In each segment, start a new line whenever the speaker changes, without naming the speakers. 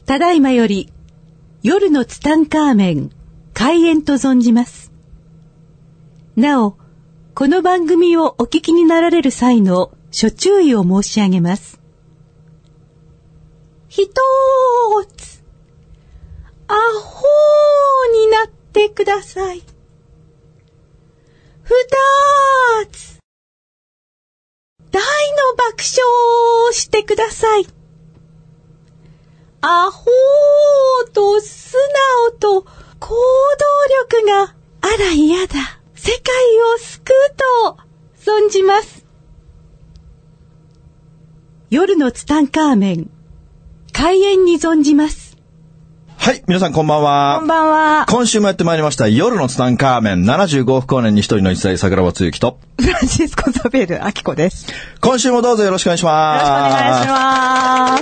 ただいまより夜のツタンカーメン開演と存じます。なお、この番組をお聞きになられる際の諸注意を申し上げます。一つ、アホになってください。二つ、大の爆笑をしてください。アホーと素直と行動力があら嫌だ。世界を救うと存じます。夜のツタンカーメン開演に存じます。
はい、皆さんこんばんは。
こんばんは。
今週もやってまいりました夜のツタンカーメン75不幸年に一人の一歳桜庭つゆきと
フランシスコ・ザベール・アキコです。
今週もどうぞよろしくお願いします。
よろしくお願いします。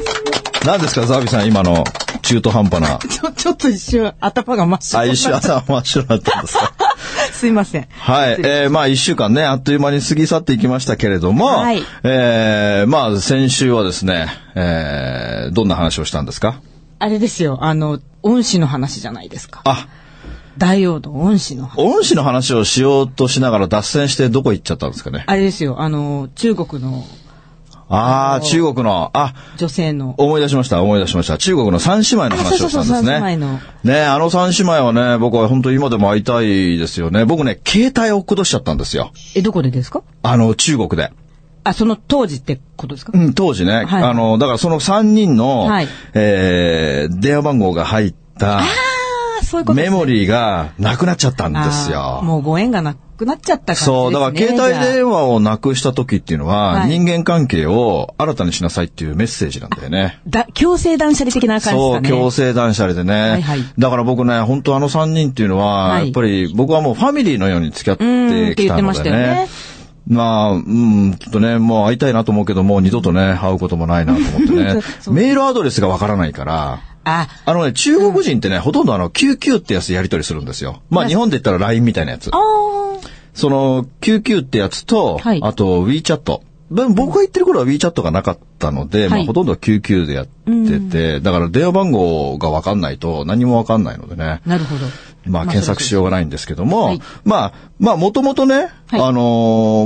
何ですかザビさん今の中途半端な
ちょっと一瞬頭が真っ白になっ
一瞬頭真っ白になったんですか
すいません。
はい。まあ一週間ね、あっという間に過ぎ去っていきましたけれども、
はい。
まあ先週はですね、どんな話をしたんですか？
あれですよ、恩師の話じゃないですか。
あ、
大王の恩師の話。
恩師の話をしようとしながら脱線してどこ行っちゃったんですかね？
あれですよ、中国の。
中国の、
女性の。
思い出しました。中国の三姉妹の話をしたんですね。
そう三姉妹の。
ね、三姉妹はね、僕は本当今でも会いたいですよね。僕ね、携帯を落っことしちゃったんですよ。
どこでですか？
中国で。
その当時ってことですか？
うん、当時ね。はい、だからその3人の、はい、電話番号が入った、
そういうことですね、
メモリーがなくなっちゃったんですよ。
もうご縁がなくなっちゃった感じですね。
そう、だから携帯電話をなくした時っていうのは、はい、人間関係を新たにしなさいっていうメッセージなんだよね。
強制断捨離的な感じですかね。
そう、強制断捨離でね。はいはい、だから僕ね、本当3人っていうのは、はい、やっぱり僕はもうファミリーのように付き合ってきたのでね。って言ってましたよね。まあ、きっとね、もう会いたいなと思うけど、もう二度とね、会うこともないなと思ってね。メールアドレスがわからないから、中国人ってね、ほとんどQQ ってやつでやり取りするんですよ。まあ日本で言ったら LINE みたいなやつ。その QQ ってやつと、はい、あと WeChat。僕が言ってる頃は WeChat がなかったので、まあほとんどは QQ でやってて、だから電話番号がわかんないと何もわかんないのでね。
なるほど。
まあ検索しようがないんですけども、はい、まあもともとね、はい、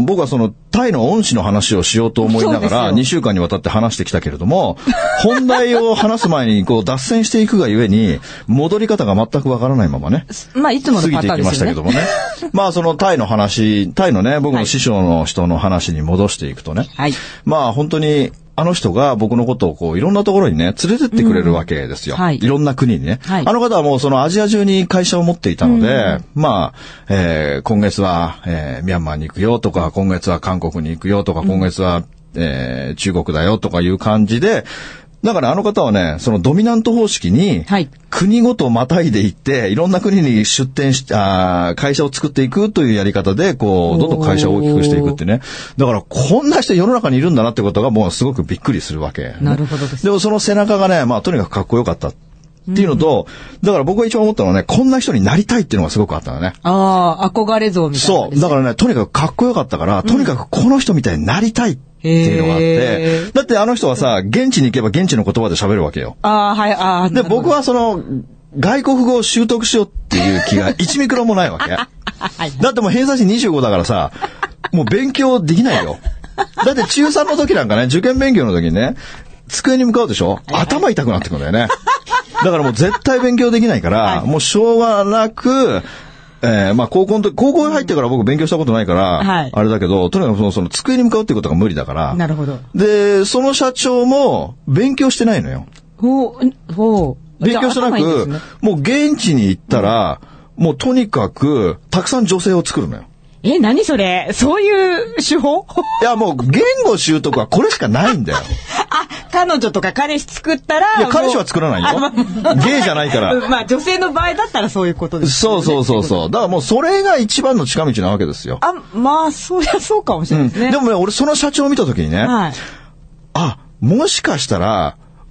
僕はそのタイの恩師の話をしようと思いながら2週間にわたって話してきたけれども、本題を話す前にこう脱線していくがゆえに戻り方が全くわからないままね、
まあいつものパターンですよね。過ぎていきましたけどもね。まあそのタイのね、僕の師匠の人の話に戻していくとね、はい、まあ本当にあの人が僕のことをこういろんなところにね連れてってくれるわけですよ。はい、いろんな国にね、はい。あの方はもうそのアジア中に会社を持っていたので、まあ、今月は、ミャンマーに行くよとか、今月は韓国に行くよとか、今月は、中国だよとかいう感じで、だからあの方はね、そのドミナント方式に、国ごとまたいでいって、いろんな国に出店し、会社を作っていくというやり方で、こう、どんどん会社を大きくしていくってね。だから、こんな人世の中にいるんだなってことがもうすごくびっくりするわけ、ね。 なるほどです。
でもその背中がね、まあとにかくかっこよかった。っていうのと、だから僕が一番思ったのはね、こんな人になりたいっていうのがすごくあったのね。
憧れ像みたいな、
そう。だからね、とにかくかっこよかったから、とにかくこの人みたいになりたい。っていうのがあって、だってあの人はさ、現地に行けば現地の言葉で喋るわけよ。
はい。
で、僕はその、外国語を習得しようっていう気が1ミクロもないわけ。だってもう偏差値25だからさ、もう勉強できないよ。だって中3の時なんかね、受験勉強の時にね、机に向かうでしょ？頭痛くなってくるんだよね。だからもう絶対勉強できないから、もうしょうがなく、まあ高校に入ってから僕勉強したことないから、あれだけど、とにかくその机に向かうっていうことが無理だから。
なるほど。
で、その社長も勉強してないのよ。勉強してなく、もう現地に行ったら、もうとにかくたくさん女性を作るのよ。
何それ？そういう手法？
いやもう言語習得はこれしかないんだよ。
彼女とか彼氏作ったら。
いや、彼氏は作らないよ。ゲイじゃないから。
まあ、女性の場合だったらそういうことですよね。
そう。だからもうそれが一番の近道なわけですよ。
まあ、そうかもしれないですね。
でもね、俺その社長を見たときにね、もしかしたら、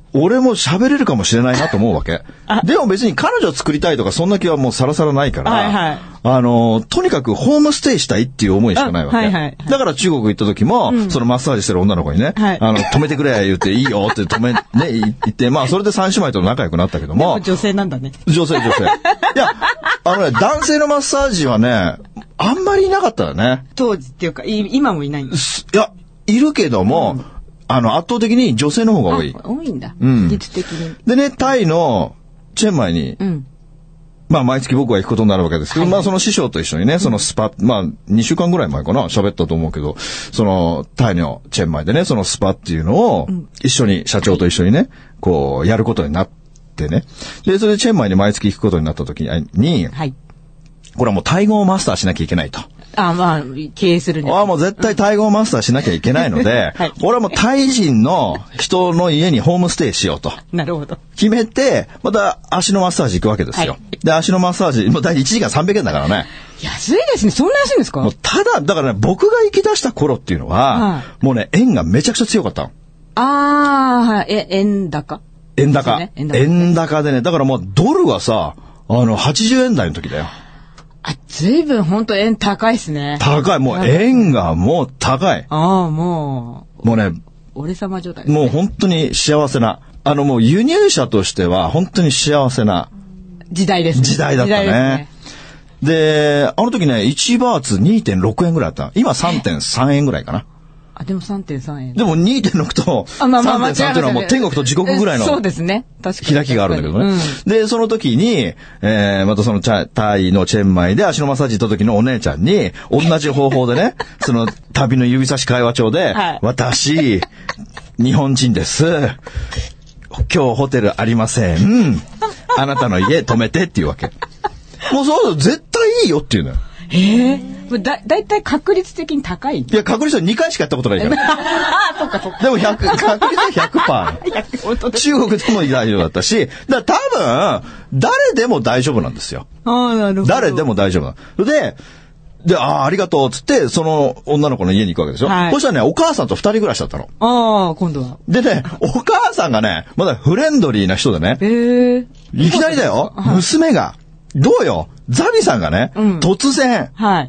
俺も喋れるかもしれないなと思うわけ。でも別に彼女を作りたいとかそんな気はもうさらさらないから、はいはい、とにかくホームステイしたいっていう思いしかないわけ。はいはいはい、だから中国行った時も、そのマッサージしてる女の子にね、はい、止めてくれ言っていいよって止め、ね、言って、まあそれで三姉妹と仲良くなったけども。
でも女性なんだね。
女性。いや、男性のマッサージはね、あんまりいなかったよね。
当時っていうか、今もいないんです。
いや、いるけども、圧倒的に女性の方が多い。
多いんだ。率的に。
でね、タイのチェンマイに、まあ毎月僕は行くことになるわけですけど、まあその師匠と一緒にね、そのスパ、まあ2週間ぐらい前かな、喋ったと思うけど、そのタイのチェンマイでね、そのスパっていうのを一緒に、社長と一緒にね、こうやることになってね。で、それでチェンマイに毎月行くことになった時に、はい、これはもうタイ語をマスターしなきゃいけないと。
まあ、経営するに
は。もう絶対タイ語をマスターしなきゃいけないので、はい、俺はもうタイ人の人の家にホームステイしようと。
なるほど。
決めて、また足のマッサージ行くわけですよ。はい、で、足のマッサージ、もう大体1時間300円だからね。
安いですね。そんな安いんですか？
もうただ、だからね、僕が行き出した頃っていうのは、もうね、円がめちゃくちゃ強かったの。
はい。円高？
円高。円高でね、だからもうドルはさ、80円台の時だよ。
ずいぶん本当円高いっすね。
高い。もう円がもう高い。
も
うね、
俺様状態ですね。
もう本当に幸せな、もう輸入者としては本当に幸せな
時代ですね。
時代だったね。で、あの時ね、1バーツ 2.6 円ぐらいだった。今 3.3 円ぐらいかな。
でも 3.3 円。
でも 2.6 と 3.3 っていうのはもう天国と地獄ぐらいの
そうですね。確かに。
開きがあるんだけどね。で、その時に、またそのタイのチェンマイで足のマッサージ行った時のお姉ちゃんに、同じ方法でね、その旅の指差し会話帳で、はい、私、日本人です。今日ホテルありません。あなたの家泊めてっていうわけ。もうそう、絶対いいよっていうのよ。
だいたい確率的に高い。
いや、確率は2回しかやったことないから。
そっかそっか。
でも確率は 100%。中国でも大丈夫だったし、だから多分、誰でも大丈夫なんですよ。
なるほど。
誰でも大丈夫なの。で、ありがとうっつって、その女の子の家に行くわけでしょ。はい、そしたらね、お母さんと2人暮らしだったの。
今度は。
でね、お母さんがね、まだフレンドリーな人でね。いきなりだよ、娘が。どうよ、ザビさんがね、突然、はい、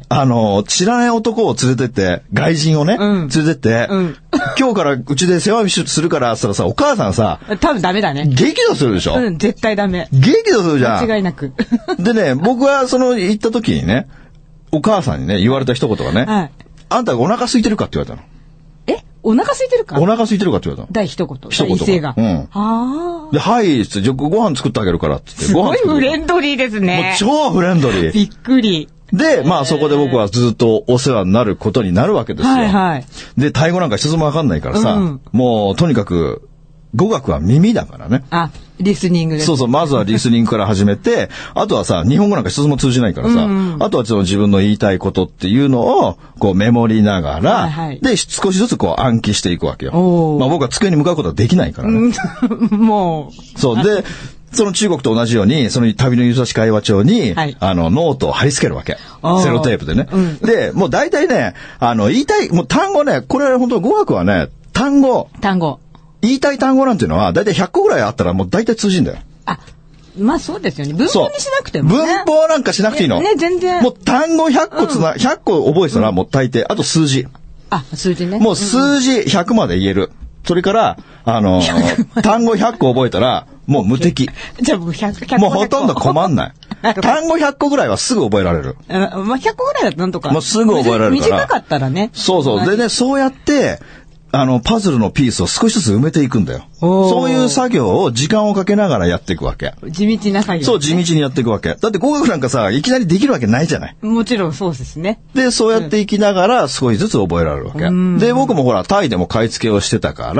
知らない男を連れてって、外人をね、連れてって、今日からうちで世話するからって言ったらさ、お母さんさ、
多分ダメだね。
激怒するでしょ。
絶対ダメ。
激怒するじゃん。
間違いなく。
でね、僕は行った時にね、お母さんにね、言われた一言がね、はい、あんたお腹空いてるかって言われたの。
お腹空いてるか？
お腹空いてるかって言われたの。
第一言。異性が。
で、はい、つって、ご飯作ってあげるからって言って。
すごいフレンドリーですね。
もう超フレンドリー。
びっくり。
で、まあそこで僕はずっとお世話になることになるわけですよ。はいはい。で、タイ語なんか一つもわかんないからさ、もうとにかく、語学は耳だからね。
リスニングです。
そう、まずはリスニングから始めて、あとはさ、日本語なんか一つも通じないからさ、あとは自分の言いたいことっていうのを、こうメモりながら、で、少しずつこう暗記していくわけよ。まあ僕は机に向かうことはできないからね。
もう。
そう。で、その中国と同じように、その旅の指差し会話帳に、ノートを貼り付けるわけ。セロテープでね。で、もう大体ね、言いたい、もう単語ね、これ本当語学はね、単語。言いたい単語なんていうのは、だいたい100個ぐらいあったらもう大体通じんだよ。
まあそうですよね。文法にしなくてもね。
文法なんかしなくていいの。
ね、全然。
もう単語100個100個覚えてたらもう大抵、あと数字。
数字ね。
もう数字100まで言える。それから、単語100個覚えたら、もう無敵。
じゃあもう100
もうほとんど困んない。単語100個ぐらいはすぐ覚えられる。
まあ100個ぐらいだとなんとか。
もうすぐ覚えられるから。
短かったらね。
そう。でね、そうやって、パズルのピースを少しずつ埋めていくんだよ。そういう作業を時間をかけながらやっていくわけ。
地道な作業、ね。
そう、地道にやっていくわけ。だって語学なんかさ、いきなりできるわけないじゃない。
もちろんそうですね。
で、そうやっていきながら少しずつ覚えられるわけ。で、僕もほら、タイでも買い付けをしてたから、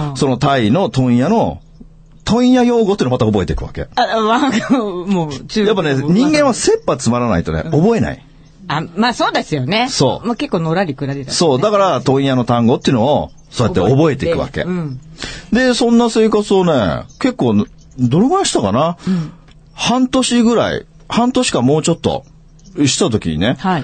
そのタイの問屋用語っていうのをまた覚えていくわけ。
もう
やっぱね、人間は切羽詰まらないとね、覚えない。
まあそうですよね。
そう。
まあ結構のらりくらりだ、ね。
そう。だから、問屋の単語っていうのを、そうやって覚えていくわけ。で、そんな生活をね、結構、どのぐらいしたかな、半年ぐらい、半年かもうちょっと、 した時にね、はい、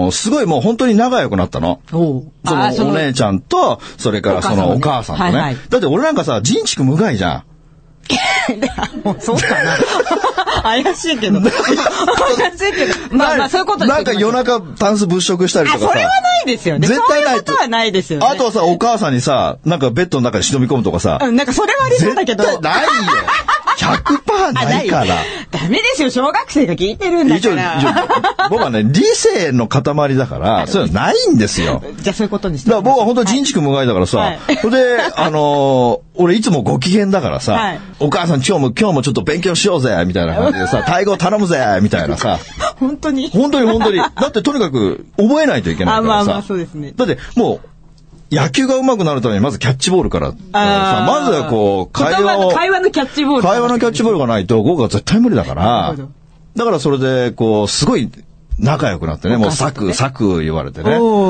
すごいもう本当に仲良くなったの。そのお姉ちゃんと、それからそのお母さんとね。はいはい、だって俺なんかさ、人畜無害じゃん。
そうかな。怪しいけど。怪しいけど。まあそういうことです。
なんか夜中タンス物色したりとかさ。
それはないですよね。絶対ない。そういうことはないですよね。
あとはさ、お母さんにさ、なんかベッドの中に忍び込むとかさ。
なんかそれはありそうだけど。
絶対ないよ。100% ないから。
ダメですよ。小学生が聞いてるんだから。
僕はね、理性の塊だから、そういうのないんですよ。
じゃあそういうことにして。
だから僕は本当に人畜無害だからさ。はい、で、俺いつもご機嫌だからさ、はい、お母さん今日もちょっと勉強しようぜみたいな感じでさ、タイ語頼むぜみたいなさ。
本当に
だってとにかく覚えないといけないからさ。
まあそうですね。
だってもう、野球が上手くなるためにまずキャッチボールからさ、まずはこう、
会話のキャッチボール。
会話のキャッチボールがないと午後は絶対無理だから、だからそれでこう、すごい仲良くなってね、もうサク言われてね。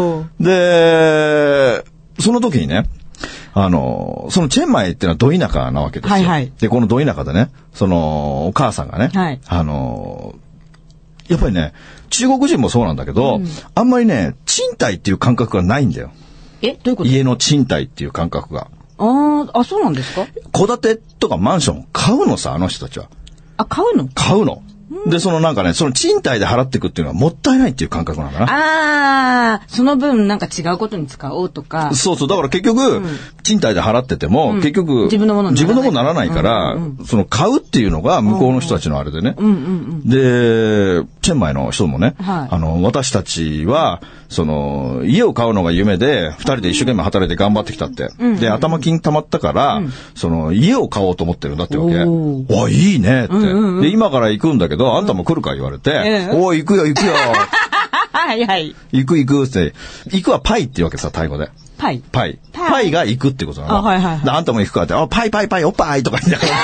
で、その時にね、そのチェンマイっていうのはど田舎なわけですよ。はいはい、で、このど田舎でね、そのお母さんがね、はい、やっぱりね、中国人もそうなんだけど、あんまりね、賃貸っていう感覚がないんだよ。
どういうこと？
家の賃貸っていう感覚が。
そうなんですか？
戸建てとかマンション買うのさ、あの人たちは。
買うの？
買うの。で、そのなんかね、その賃貸で払っていくっていうのはもったいないっていう感覚なのか
な。その分なんか違うことに使おうとか。
そう。だから結局、賃貸で払ってても、結局、
自分のものに
ならないから、その買うっていうのが向こうの人たちのあれでね。で、チェンマイの人もね、私たちは、その、家を買うのが夢で、二人で一生懸命働いて頑張ってきたって。で、頭金貯まったから、その、家を買おうと思ってるんだってわけ。いいねって。で、今から行くんだけど、あんたも来るか言われて、行くよ。
はいはい。
行くって。行くはパイっていうわけさ、タイ語で。パイが行くってことなの。はいはい。あんたも行くかって、パイ、おっぱいとか言いながら。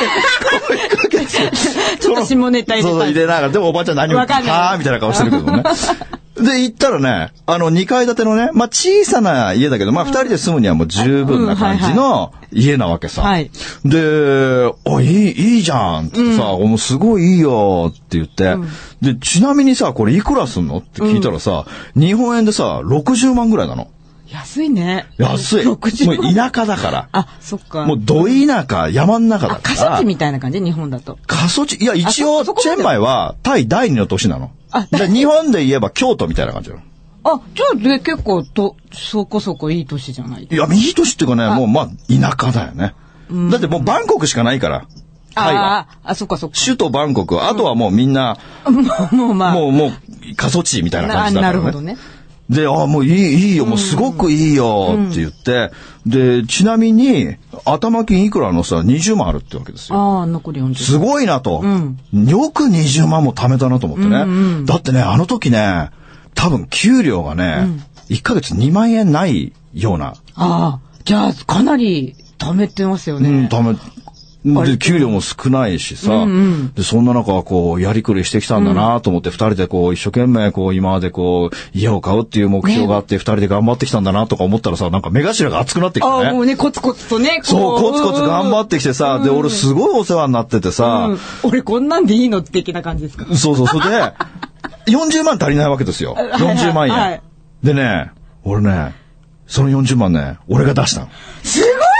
ちょっと下ネタ入れた。
そう入れながら、でもおばちゃん何も言ってみたいな顔してるけどね。で、行ったらね、2階建てのね、まあ、小さな家だけど、まあ、2人で住むにはもう十分な感じの家なわけさ。はい、で、いいじゃんってさ、もうすごいいいよって言って、で、ちなみにさ、これいくらすんのって聞いたらさ、日本円でさ、60万ぐらいなの。
安いね。
安い。60万。もう田舎だから。
そっか。
もうど田舎、山ん中だから。
過疎地みたいな感じ？日本だと。
過疎地？いや、一応、チェンマイはタイ第2の都市なの。日本で言えば京都みたいな感じなの。
じゃあ結構そこそこいい都市じゃない？
いや、いい都市っていうかね、もうまあ、田舎だよね。だってもうバンコクしかないから。タイは。
そっか。首
都バンコク、あとはもうみんな、もう過疎地みたいな感じだからね。なるほどね。で、もういいよ、もうすごくいいよって言って、で、ちなみに、頭金いくらのさ、20万あるってわけですよ。
残り40。
すごいなと。よく20万も貯めたなと思ってね。だってね、あの時ね、多分給料がね、1ヶ月2万円ないような。
じゃあ、かなり貯めてますよね。
で、給料も少ないしさ、で、そんな中、こう、やりくりしてきたんだなと思って、二人でこう、一生懸命、こう、今までこう、家を買うっていう目標があって、二人で頑張ってきたんだなとか思ったらさ、なんか目頭が熱くなってきてね。
もうね、コツコツとね。
そう、コツコツ頑張ってきてさ、で、俺すごいお世話になっててさ。
俺こんなんでいいの的な感じですか？
そう、それで、40万足りないわけですよ。40万円。でね、俺ね、その40万ね、俺が出したの。
すごいじゃない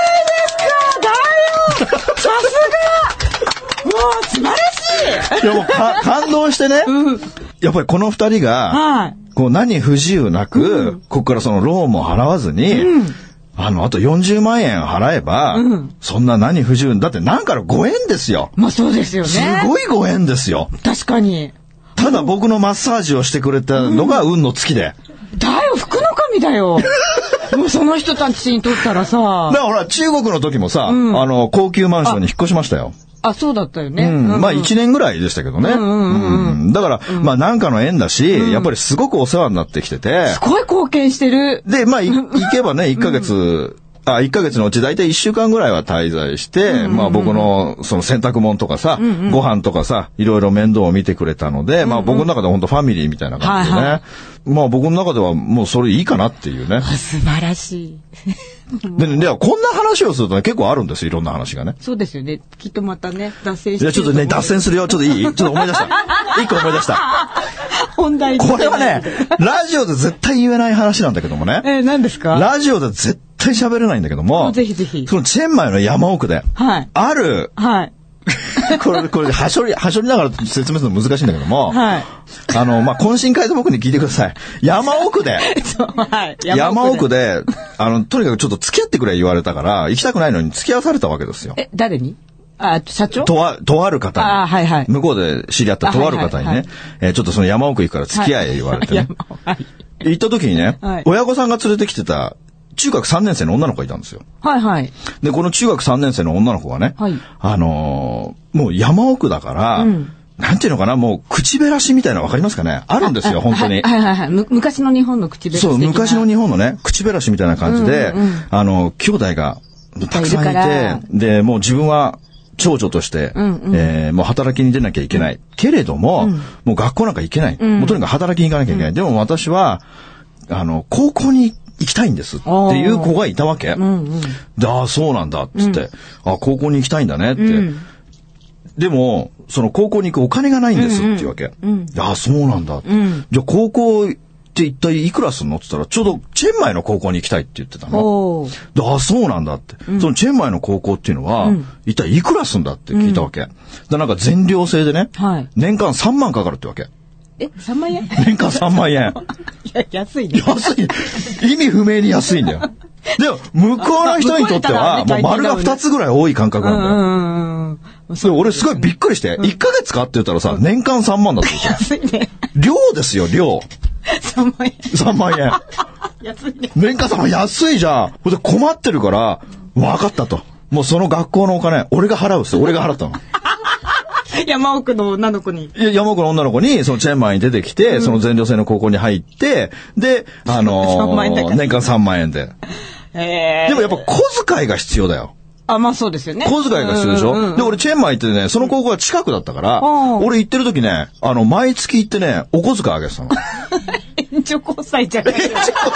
ですか！だよ！さすが！もう素晴らしい！
いやもう感動してね、やっぱりこの二人が、こう何不自由なく、ここからそのローンも払わずに、あと40万円払えば、そんな何不自由、だって何から5円ですよ。
まあそうですよね。
すごい5円ですよ。
確かに。
ただ僕のマッサージをしてくれたのが運の月で。
だよ、福の神だよ。もうその人たちにとったらさ。
だからほら、中国の時もさ、高級マンションに引っ越しましたよ。
そうだったよね。
まあ1年ぐらいでしたけどね。だから、まあなんかの縁だし、やっぱりすごくお世話になってきてて。
すごい貢献してる。
で、まあ行けばね、1ヶ月、 1ヶ月のうちだいたい1週間ぐらいは滞在して、まあ僕のその洗濯物とかさ、ご飯とかさ、いろいろ面倒を見てくれたので、まあ僕の中で本当ファミリーみたいな感じでね。まあ僕の中ではもうそれいいかなっていうね。
素晴らしい。
で、こんな話をするとね、結構あるんですよ、いろんな話がね。
そうですよね。きっとまたね、脱線して。
いや、ちょっとね、脱線するよ。ちょっといい？ちょっと思い出した。一個思い出した。
本題
これはね、ラジオで絶対言えない話なんだけどもね。
何ですか？
ラジオで絶対喋れないんだけども。
ぜひぜひ。
そのチェンマイの山奥で。
はい。
ある。
はい。
これ、はしょりながら説明するの難しいんだけども。
はい。
まあ、懇親会で僕に聞いてください。山奥で。
そう、はい。
山奥で、とにかくちょっと付き合ってくれ言われたから、行きたくないのに付き合わされたわけですよ。
誰に？社長？
とある方に。
はいはい。
向こうで知り合ったとある方にね、ちょっとその山奥行くから付き合え言われてね。
はい。
行った時にね、親御さんが連れてきてた、中学3年生の女の子がいたんですよ。
はいはい。
で、この中学3年生の女の子がね、
はい、
もう山奥だから、なんていうのかな、もう口減らしみたいなのわかりますかね？あるんですよ、本当に。
はいはいはい。昔の日本の口減らし。
そう、昔の日本のね、口減らしみたいな感じで、兄弟がたくさんいて、で、もう自分は長女として、もう働きに出なきゃいけない。けれども、もう学校なんか行けない。もうとにかく働きに行かなきゃいけない。でも私は、高校に行きたいんですっていう子がいたわけ。そうなんだっつって、高校に行きたいんだねって。でも、その高校に行くお金がないんですっていうわけ。そうなんだ。じゃあ高校って一体いくらすんのって言ったら、ちょうどチェンマイの高校に行きたいって言ってたの。そうなんだって。そのチェンマイの高校っていうのは、一体いくらすんだって聞いたわけ。なんか全寮制でね、年間3万かかるってわけ。
3万円？
年間3万円。
いや、安いね。
安い。意味不明に安いんだよ。でも、向こうの人にとっては、もう丸が2つぐらい多い感覚なんだよ。俺すごいびっくりして、1ヶ月かって言ったらさ、年間3万だって言って。
安いね。
量ですよ、量。
3万円。
3万円。
安いね。
年間3万円安いじゃん。ほんで困ってるから、分かったと。もうその学校のお金、俺が払うっすよ。俺が払ったの。
山奥の女の子に。
山奥の女の子に、そのチェンマイに出てきて、その全寮制の高校に入って、で、年間3万円で。でもやっぱ小遣いが必要だよ。
まあそうですよね。
小遣いが必要でしょ？で、俺チェンマイ行ってね、その高校が近くだったから、俺行ってる時ね、毎月行ってね、お小遣いあげてたの。
援助交際じゃないよ。援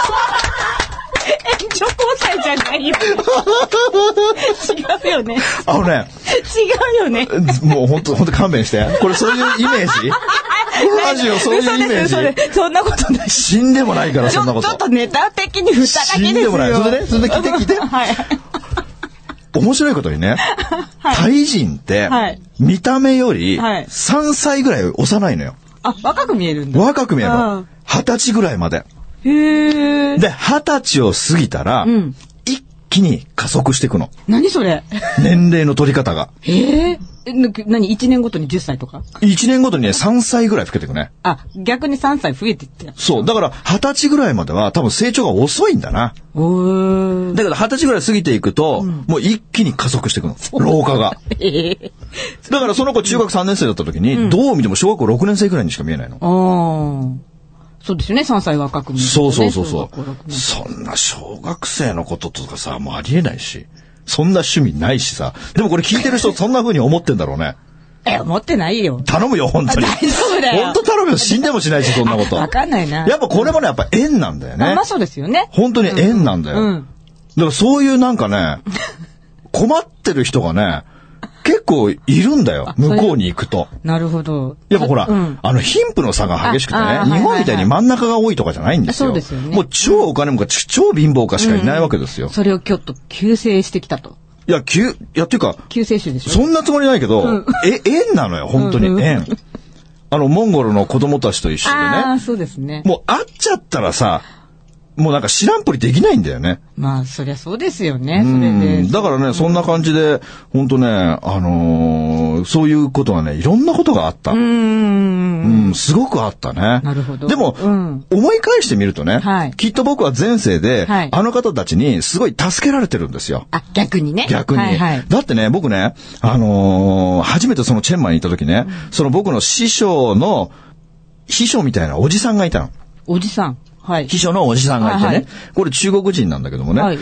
助交際じゃないよ。違うよね。違うよね。
もう本当勘弁して。これそういうイメージ？ラジオそういうイメージ？
そんなことない。
死んでもないからそんなこと。
ちょっとネタ的に振っただけですよ。
死んでもない。それで聞いて。はい。面白いことにね、タイ人って、見た目より3歳ぐらい幼いのよ。
若く見えるんだ。
若く見えるの。20歳ぐらいまで。
へー。
で、20歳を過ぎたら、一気に加速していくの。
何それ？
年齢の取り方が。
何 ?1 年ごとに10歳とか
?1 年ごとにね、3歳ぐらい老けていくね。
逆に3歳増えてって。
そう。だから、20歳ぐらいまでは多分成長が遅いんだな。だけど、20歳ぐらい過ぎていくと、もう一気に加速していくの。老化が。だからその子中学3年生だった時に、どう見ても小学校6年生ぐらいにしか見えないの。
そうですよね、3歳若く見える、ね。
そう。そんな小学生のこととかさ、もうありえないし。そんな趣味ないしさ。でもこれ聞いてる人そんな風に思ってんだろうね。
思ってないよ。
頼むよ、本当に。
大丈夫だよ。
本当頼むよ、死んでもしないし、そんなこと。
わかんないな。
やっぱこれもね、やっぱ縁なんだよね。
まあそうですよね。
本当に縁なんだよ。だからそういうなんかね、困ってる人がね、結構いるんだよ。向こうに行くと。
なるほど。
やっぱほら、貧富の差が激しくてね、日本みたいに真ん中が多いとかじゃないんですよ。
そうですよね。
もう超お金もか超貧乏かしかいないわけですよ。
それをちょっと救世してきたと。
っていうか、
救世主でしょ。
そんなつもりないけど、縁なのよ、本当に縁。モンゴルの子供たちと一緒でね。
そうですね。
もう会っちゃったらさ、もうなんか知らんぷりできないんだよね。
まあ、そりゃそうですよね。それで。
だからね、そんな感じで、本当ね、そういうことがね、いろんなことがあった。すごくあったね。
なるほど。
でも、思い返してみるとね、きっと僕は前世で、あの方たちにすごい助けられてるんですよ。
逆にね。
逆に。だってね、僕ね、初めてそのチェンマイに行った時ね、その僕の師匠の、秘書みたいなおじさんがいたの。
おじさん。
秘書のおじさんがいてね、これ中国人なんだけどもね、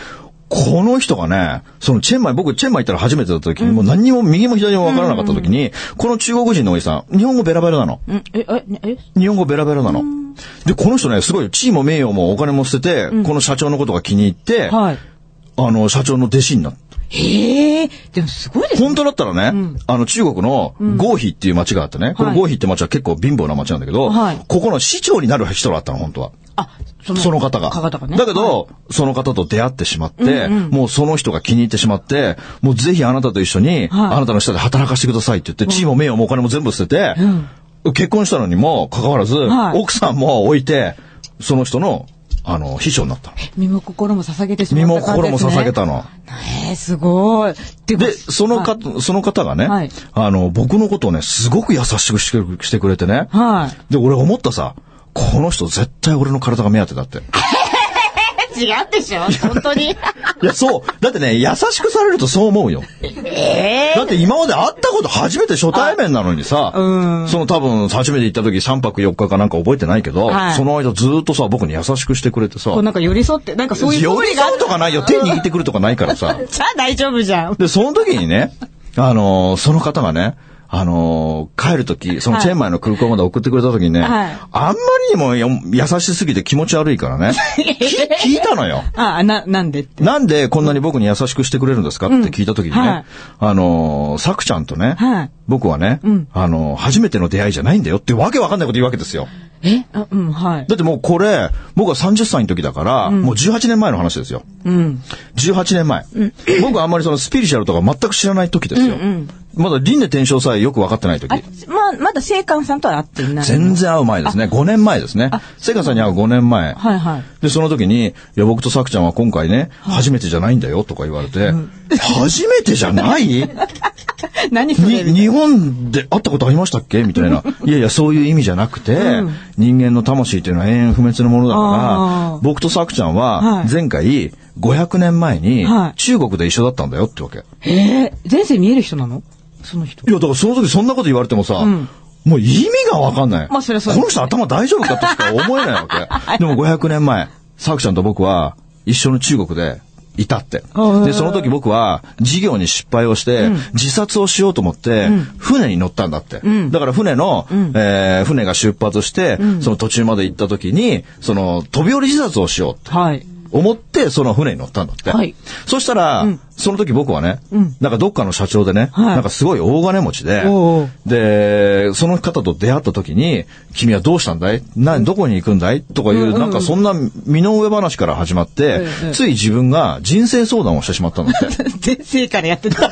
この人がね、その僕チェンマイ行ったら初めてだった時に、もう何にも右も左も分からなかった時に、この中国人のおじさん、日本語ベラベラなの。日本語ベラベラなの。で、この人ね、すごい地位も名誉もお金も捨てて、この社長のことが気に入って、社長の弟子になった。
へえ、でもすごいですね。
本当だったらね、中国の合肥っていう町があってね、この合肥って町は結構貧乏な町なんだけど、ここの市長になる人だったの、本当は。その方が。だけど、その方と出会ってしまって、もうその人が気に入ってしまって、もうぜひあなたと一緒に、あなたの下で働かせてくださいって言って、地位も名誉もお金も全部捨てて、結婚したのにもかかわらず、奥さんも置いて、その人の、秘書になったの。
身も心も捧げてしまった感じですね。
身も心も捧げたの。
すごい。
で、その方がね、僕のことをね、すごく優しくしてくれてね。で、俺思ったさ、この人絶対俺の体が目当てだって。
違うでしょ本当に。
いや、そう。だってね、優しくされるとそう思うよ。だって今まで会ったこと初めて初対面なのにさ、その多分初めて行った時3泊4日かなんか覚えてないけど、その間ずっとさ、僕に優しくしてくれてさ。
なんか寄り添って、なんかそういう
寄り添うとかないよ。手握ってくるとかないからさ。
じゃあ大丈夫じゃん。
で、その時にね、その方がね、帰るとき、そのチェンマイの空港まで送ってくれたときにね、あんまりにも優しすぎて気持ち悪いからね、聞いたのよ。
なんでって。
なんでこんなに僕に優しくしてくれるんですかって聞いたときにね、さくちゃんとね、僕はね、初めての出会いじゃないんだよってわけわかんないこと言うわけですよ。だってもうこれ、僕は30歳の時だから、もう18年前の話ですよ。18年前。僕はあんまりそのスピリチュアルとか全く知らない時ですよ。まだ輪廻転生さえよく分かってない時。
まだ聖寛さんとは会っていない。
全然会う前ですね。5年前ですね。聖寛さんに会う5年前。で、その時に、いや、僕とさくちゃんは今回ね、初めてじゃないんだよとか言われて、初めてじゃない
何それ
日本で会ったことありましたっけみたいな。いやいや、そういう意味じゃなくて、人間の魂っていうのは永遠不滅のものだから、僕とさくちゃんは前回500年前に中国で一緒だったんだよってわけ。
前世見える人なのその人。
いや、だからその時そんなこと言われてもさ、もう意味がわかんない。この人頭大丈夫かとしか思えないわけ。でも500年前、さくちゃんと僕は一緒の中国でいたって。で、その時僕は事業に失敗をして、自殺をしようと思って、船に乗ったんだって。だから船が出発して、その途中まで行った時に、その飛び降り自殺をしようって。思ってその船に乗ったんだって。そしたら、その時僕はね、なんかどっかの社長でね、なんかすごい大金持ちで、で、その方と出会った時に、君はどうしたんだい？どこに行くんだい？とかいう、なんかそんな身の上話から始まって、つい自分が人生相談をしてしまったんだって。
前世からやってた。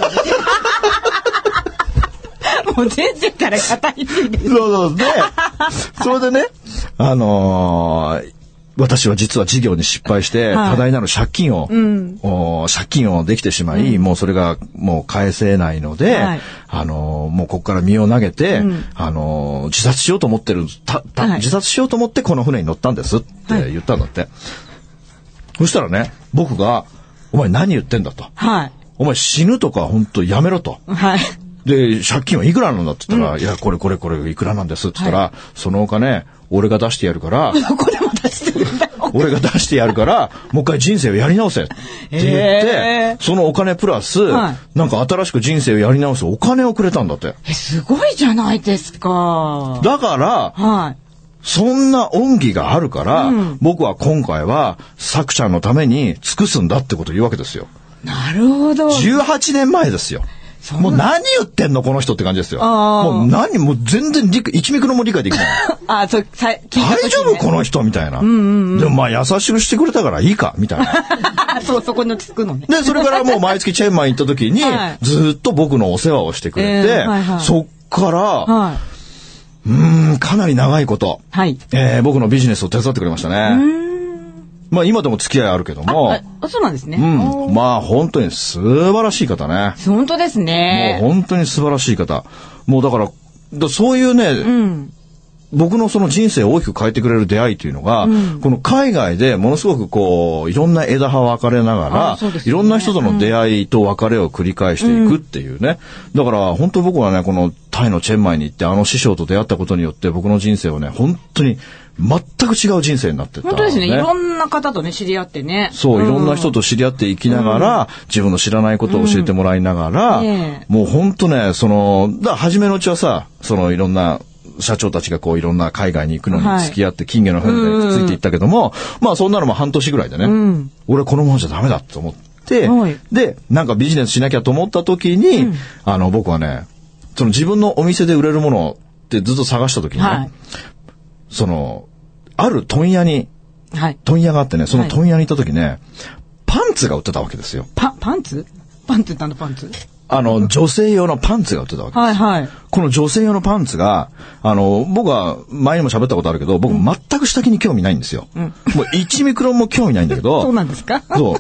もう前世から語り継いでる。
そうで、それでね、私は実は事業に失敗して、多大なる借金をできてしまい、もうそれがもう返せないので、もうここから身を投げて、自殺しようと思って自殺しようと思ってこの船に乗ったんですって言ったんだって。そしたらね、僕が、お前何言ってんだと。お前死ぬとか本当やめろと。で、借金はいくらなんだって言ったら、いや、これいくらなんですって言ったら、そのお金、俺が出してやるから、俺が出してやるから、もう一回人生をやり直せって言って、そのお金プラス、なんか新しく人生をやり直すお金をくれたんだって。
すごいじゃないですか。
だから、そんな恩義があるから、僕は今回は、さくちゃんのために尽くすんだってことを言うわけですよ。
なるほど。
18年前ですよ。もう何言ってんのこの人って感じですよ。もう全然1ミクロも理解できない。大丈夫この人みたいな。でもまあ優しくしてくれたからいいかみたいな。
そこにつくのね。
で、それからもう毎月チェンマイ行った時に、ずっと僕のお世話をしてくれて、そっから、かなり長いこと、僕のビジネスを手伝ってくれましたね。まあ今でも付き合いあるけども。
そうなんですね。
まあ本当に素晴らしい方ね。
本当ですね。
もう本当に素晴らしい方。もうだからそういうね、僕のその人生を大きく変えてくれる出会いというのが、この海外でものすごくこう、いろんな枝葉分かれながら、いろんな人との出会いと別れを繰り返していくっていうね。だから本当僕はね、このタイのチェンマイに行って師匠と出会ったことによって僕の人生をね、本当に全く違う人生になってた、
本当ですね。いろんな方とね、知り合ってね。
そう、いろんな人と知り合っていきながら、自分の知らないことを教えてもらいながら、もう本当ね、初めのうちはさ、いろんな、社長たちがこういろんな海外に行くのに付き合って金魚の糞みたいにくっついていったけども、まあそんなのも半年ぐらいでね、俺このままじゃダメだと思って、で、なんかビジネスしなきゃと思った時に、僕はね、自分のお店で売れるものってずっと探した時にね、ある問屋があってね、その問屋に行った時ね、パンツが売ってたわけですよ。
パンツって何のパンツ？
女性用のパンツが売ってたわけです。この女性用のパンツが、僕は前にも喋ったことあるけど、僕全く下着に興味ないんですよ。もう1ミクロンも興味ないんだけど。
そうなんですか？
そう。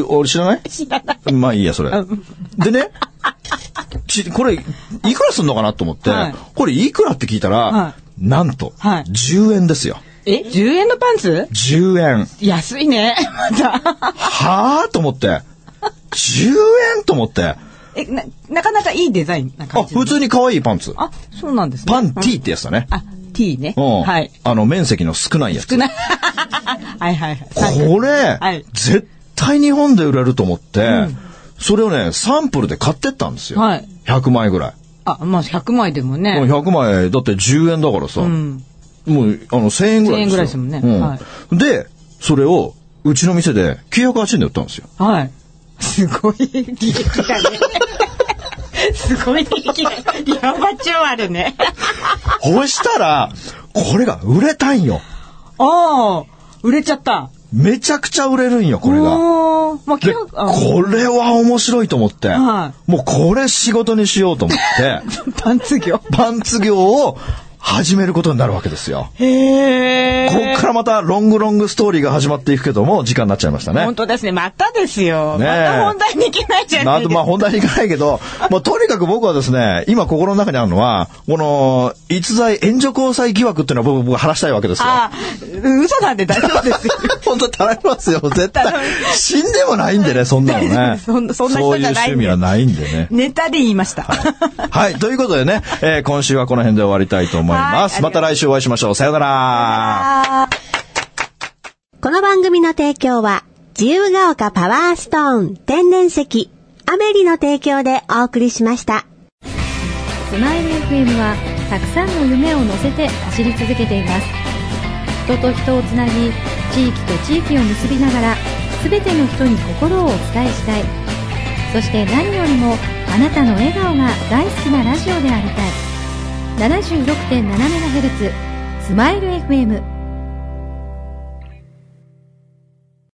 俺知らない？
知らない。
まあいいや、それ。でね、これ、いくらすんのかなと思って、これいくらって聞いたら、なんと、10円ですよ。
10円のパンツ？
10円。
安いね。また。
はぁと思って。10円と思って。
なかなかいいデザインな感じ。
普通に可愛いパンツ。
そうなんですね。
パンティーってやつだね。
T ね。
はい。面積の少ないやつ。
少ない。はいはいはい。
これ、絶対日本で売れると思って、それをね、サンプルで買ってったんですよ。100枚ぐらい。
まあ100枚でもね。
100枚、だって10円だからさ。もう、1000円ぐらいですよ。1000円ぐらいですもんね。で、それを、うちの店で980円で売ったんですよ。
すごい利益だね。すごい利益が、やば超あるね。
そしたら、これが売れたんよ。
売れちゃった。
めちゃくちゃ売れるんよ、これが。で、これは面白いと思って、もうこれ仕事にしようと思って、
パンツ業
を始めることになるわけですよ。こっからまたロングストーリーが始まっていくけども、時間になっちゃいましたね。
本当ですね。またですよ。また本題に行けないじゃないですか。
まあ本題に行かないけど、とにかく僕はですね、今心の中にあるのは、この、逸材援助交際疑惑っていうのは僕話したいわけですよ。
嘘なんで大丈夫ですよ。
本当に頼みますよ。絶対。死んでもないんでね、そんなのね。
そんな人じゃないんで。そういう
趣味はないんでね。
ネタで言いました。
はい。ということでね、今週はこの辺で終わりたいと思います。また来週お会いしましょう。さようなら。
この番組の提供は、自由が丘パワーストーン天然石、アメリの提供でお送りしました。
スマイル FM は、たくさんの夢を乗せて走り続けています。人と人をつなぎ、地域と地域を結びながら、すべての人に心をお伝えしたい。そして何よりも、あなたの笑顔が大好きなラジオでありたい。76.7MHz スマイル FM